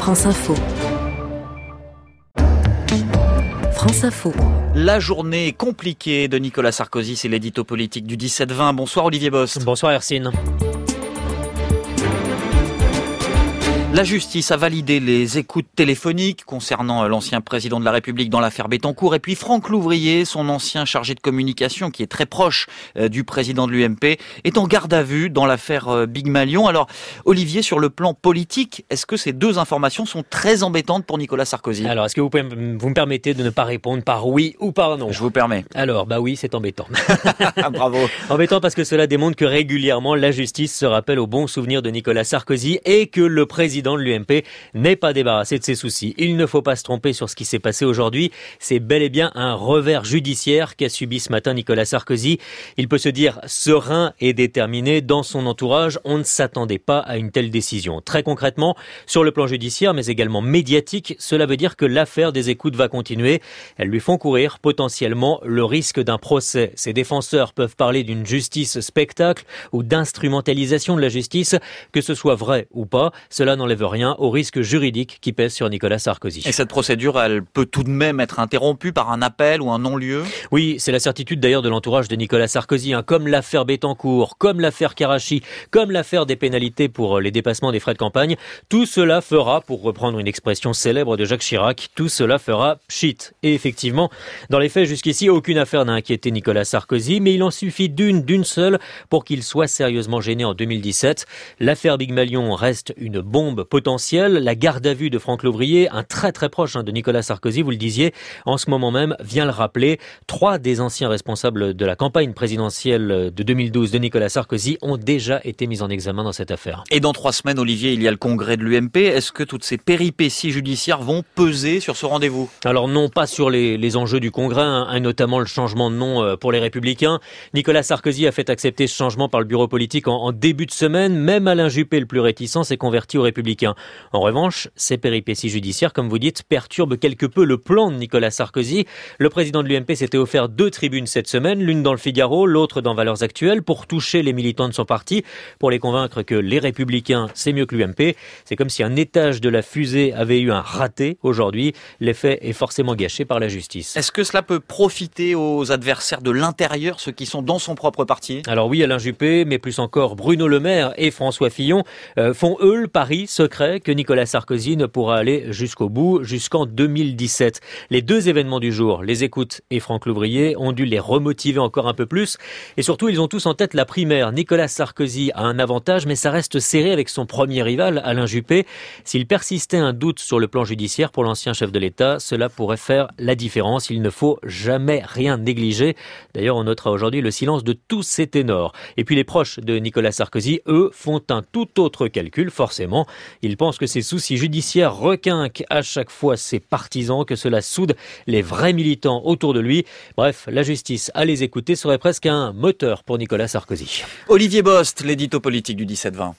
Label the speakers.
Speaker 1: France Info. France Info.
Speaker 2: La journée compliquée de Nicolas Sarkozy, c'est l'édito politique du 17-20. Bonsoir Olivier Bost.
Speaker 3: Bonsoir Hercine.
Speaker 2: La justice a validé les écoutes téléphoniques concernant l'ancien président de la République dans l'affaire Bettencourt. Et puis Franck Louvrier, son ancien chargé de communication, qui est très proche du président de l'UMP, est en garde à vue dans l'affaire Big Malion. Alors Olivier, sur le plan politique, est-ce que ces deux informations sont très embêtantes pour Nicolas Sarkozy ?
Speaker 3: Alors, est-ce que vous me permettez de ne pas répondre par oui ou par non ?
Speaker 2: Je vous permets.
Speaker 3: Alors, oui, c'est embêtant.
Speaker 2: Bravo.
Speaker 3: Embêtant parce que cela démontre que régulièrement, la justice se rappelle au bon souvenir de Nicolas Sarkozy et que le président de l'UMP n'est pas débarrassé de ses soucis. Il ne faut pas se tromper sur ce qui s'est passé aujourd'hui. C'est bel et bien un revers judiciaire qu'a subi ce matin Nicolas Sarkozy. Il peut se dire serein et déterminé. Dans son entourage, on ne s'attendait pas à une telle décision. Très concrètement, sur le plan judiciaire, mais également médiatique, cela veut dire que l'affaire des écoutes va continuer. Elles lui font courir potentiellement le risque d'un procès. Ses défenseurs peuvent parler d'une justice spectacle ou d'instrumentalisation de la justice. Que ce soit vrai ou pas, cela n'enlève rien au risque juridique qui pèse sur Nicolas Sarkozy.
Speaker 2: Et cette procédure, elle peut tout de même être interrompue par un appel ou un non-lieu ?
Speaker 3: Oui, c'est la certitude d'ailleurs de l'entourage de Nicolas Sarkozy, comme l'affaire Bettencourt, comme l'affaire Karachi, comme l'affaire des pénalités pour les dépassements des frais de campagne. Tout cela fera, pour reprendre une expression célèbre de Jacques Chirac, tout cela fera pchit. Et effectivement, dans les faits jusqu'ici, aucune affaire n'a inquiété Nicolas Sarkozy, mais il en suffit d'une seule pour qu'il soit sérieusement gêné en 2017. L'affaire Big Malion reste une bombe potentielle. La garde à vue de Franck Louvrier, un très proche de Nicolas Sarkozy, vous le disiez, en ce moment même, vient le rappeler. 3 des anciens responsables de la campagne présidentielle de 2012 de Nicolas Sarkozy ont déjà été mis en examen dans cette affaire.
Speaker 2: Et dans 3 semaines, Olivier, il y a le congrès de l'UMP. Est-ce que toutes ces péripéties judiciaires vont peser sur ce rendez-vous ?
Speaker 3: Alors non, pas sur les enjeux du congrès, et notamment le changement de nom pour les Républicains. Nicolas Sarkozy a fait accepter ce changement par le bureau politique en début de semaine. Même Alain Juppé, le plus réticent, s'est converti aux Républicains. En revanche, ces péripéties judiciaires, comme vous dites, perturbent quelque peu le plan de Nicolas Sarkozy. Le président de l'UMP s'était offert 2 tribunes cette semaine, l'une dans le Figaro, l'autre dans Valeurs Actuelles, pour toucher les militants de son parti, pour les convaincre que les Républicains, c'est mieux que l'UMP. C'est comme si un étage de la fusée avait eu un raté aujourd'hui. L'effet est forcément gâché par la justice.
Speaker 2: Est-ce que cela peut profiter aux adversaires de l'intérieur, ceux qui sont dans son propre parti ?
Speaker 3: Alors oui, Alain Juppé, mais plus encore Bruno Le Maire et François Fillon font eux le pari secret que Nicolas Sarkozy ne pourra aller jusqu'au bout, jusqu'en 2017. Les 2 événements du jour, les écoutes et Franck Louvrier, ont dû les remotiver encore un peu plus. Et surtout, ils ont tous en tête la primaire. Nicolas Sarkozy a un avantage, mais ça reste serré avec son premier rival, Alain Juppé. S'il persistait un doute sur le plan judiciaire pour l'ancien chef de l'État, cela pourrait faire la différence. Il ne faut jamais rien négliger. D'ailleurs, on notera aujourd'hui le silence de tous ces ténors. Et puis les proches de Nicolas Sarkozy, eux, font un tout autre calcul, forcément. Ils pensent que ces soucis judiciaires requinquent à chaque fois ses partisans, que cela soude les vrais militants autour de lui. Bref, la justice à les écouter serait presque un moteur pour Nicolas Sarkozy.
Speaker 2: Olivier Bost, l'édito politique du 17-20.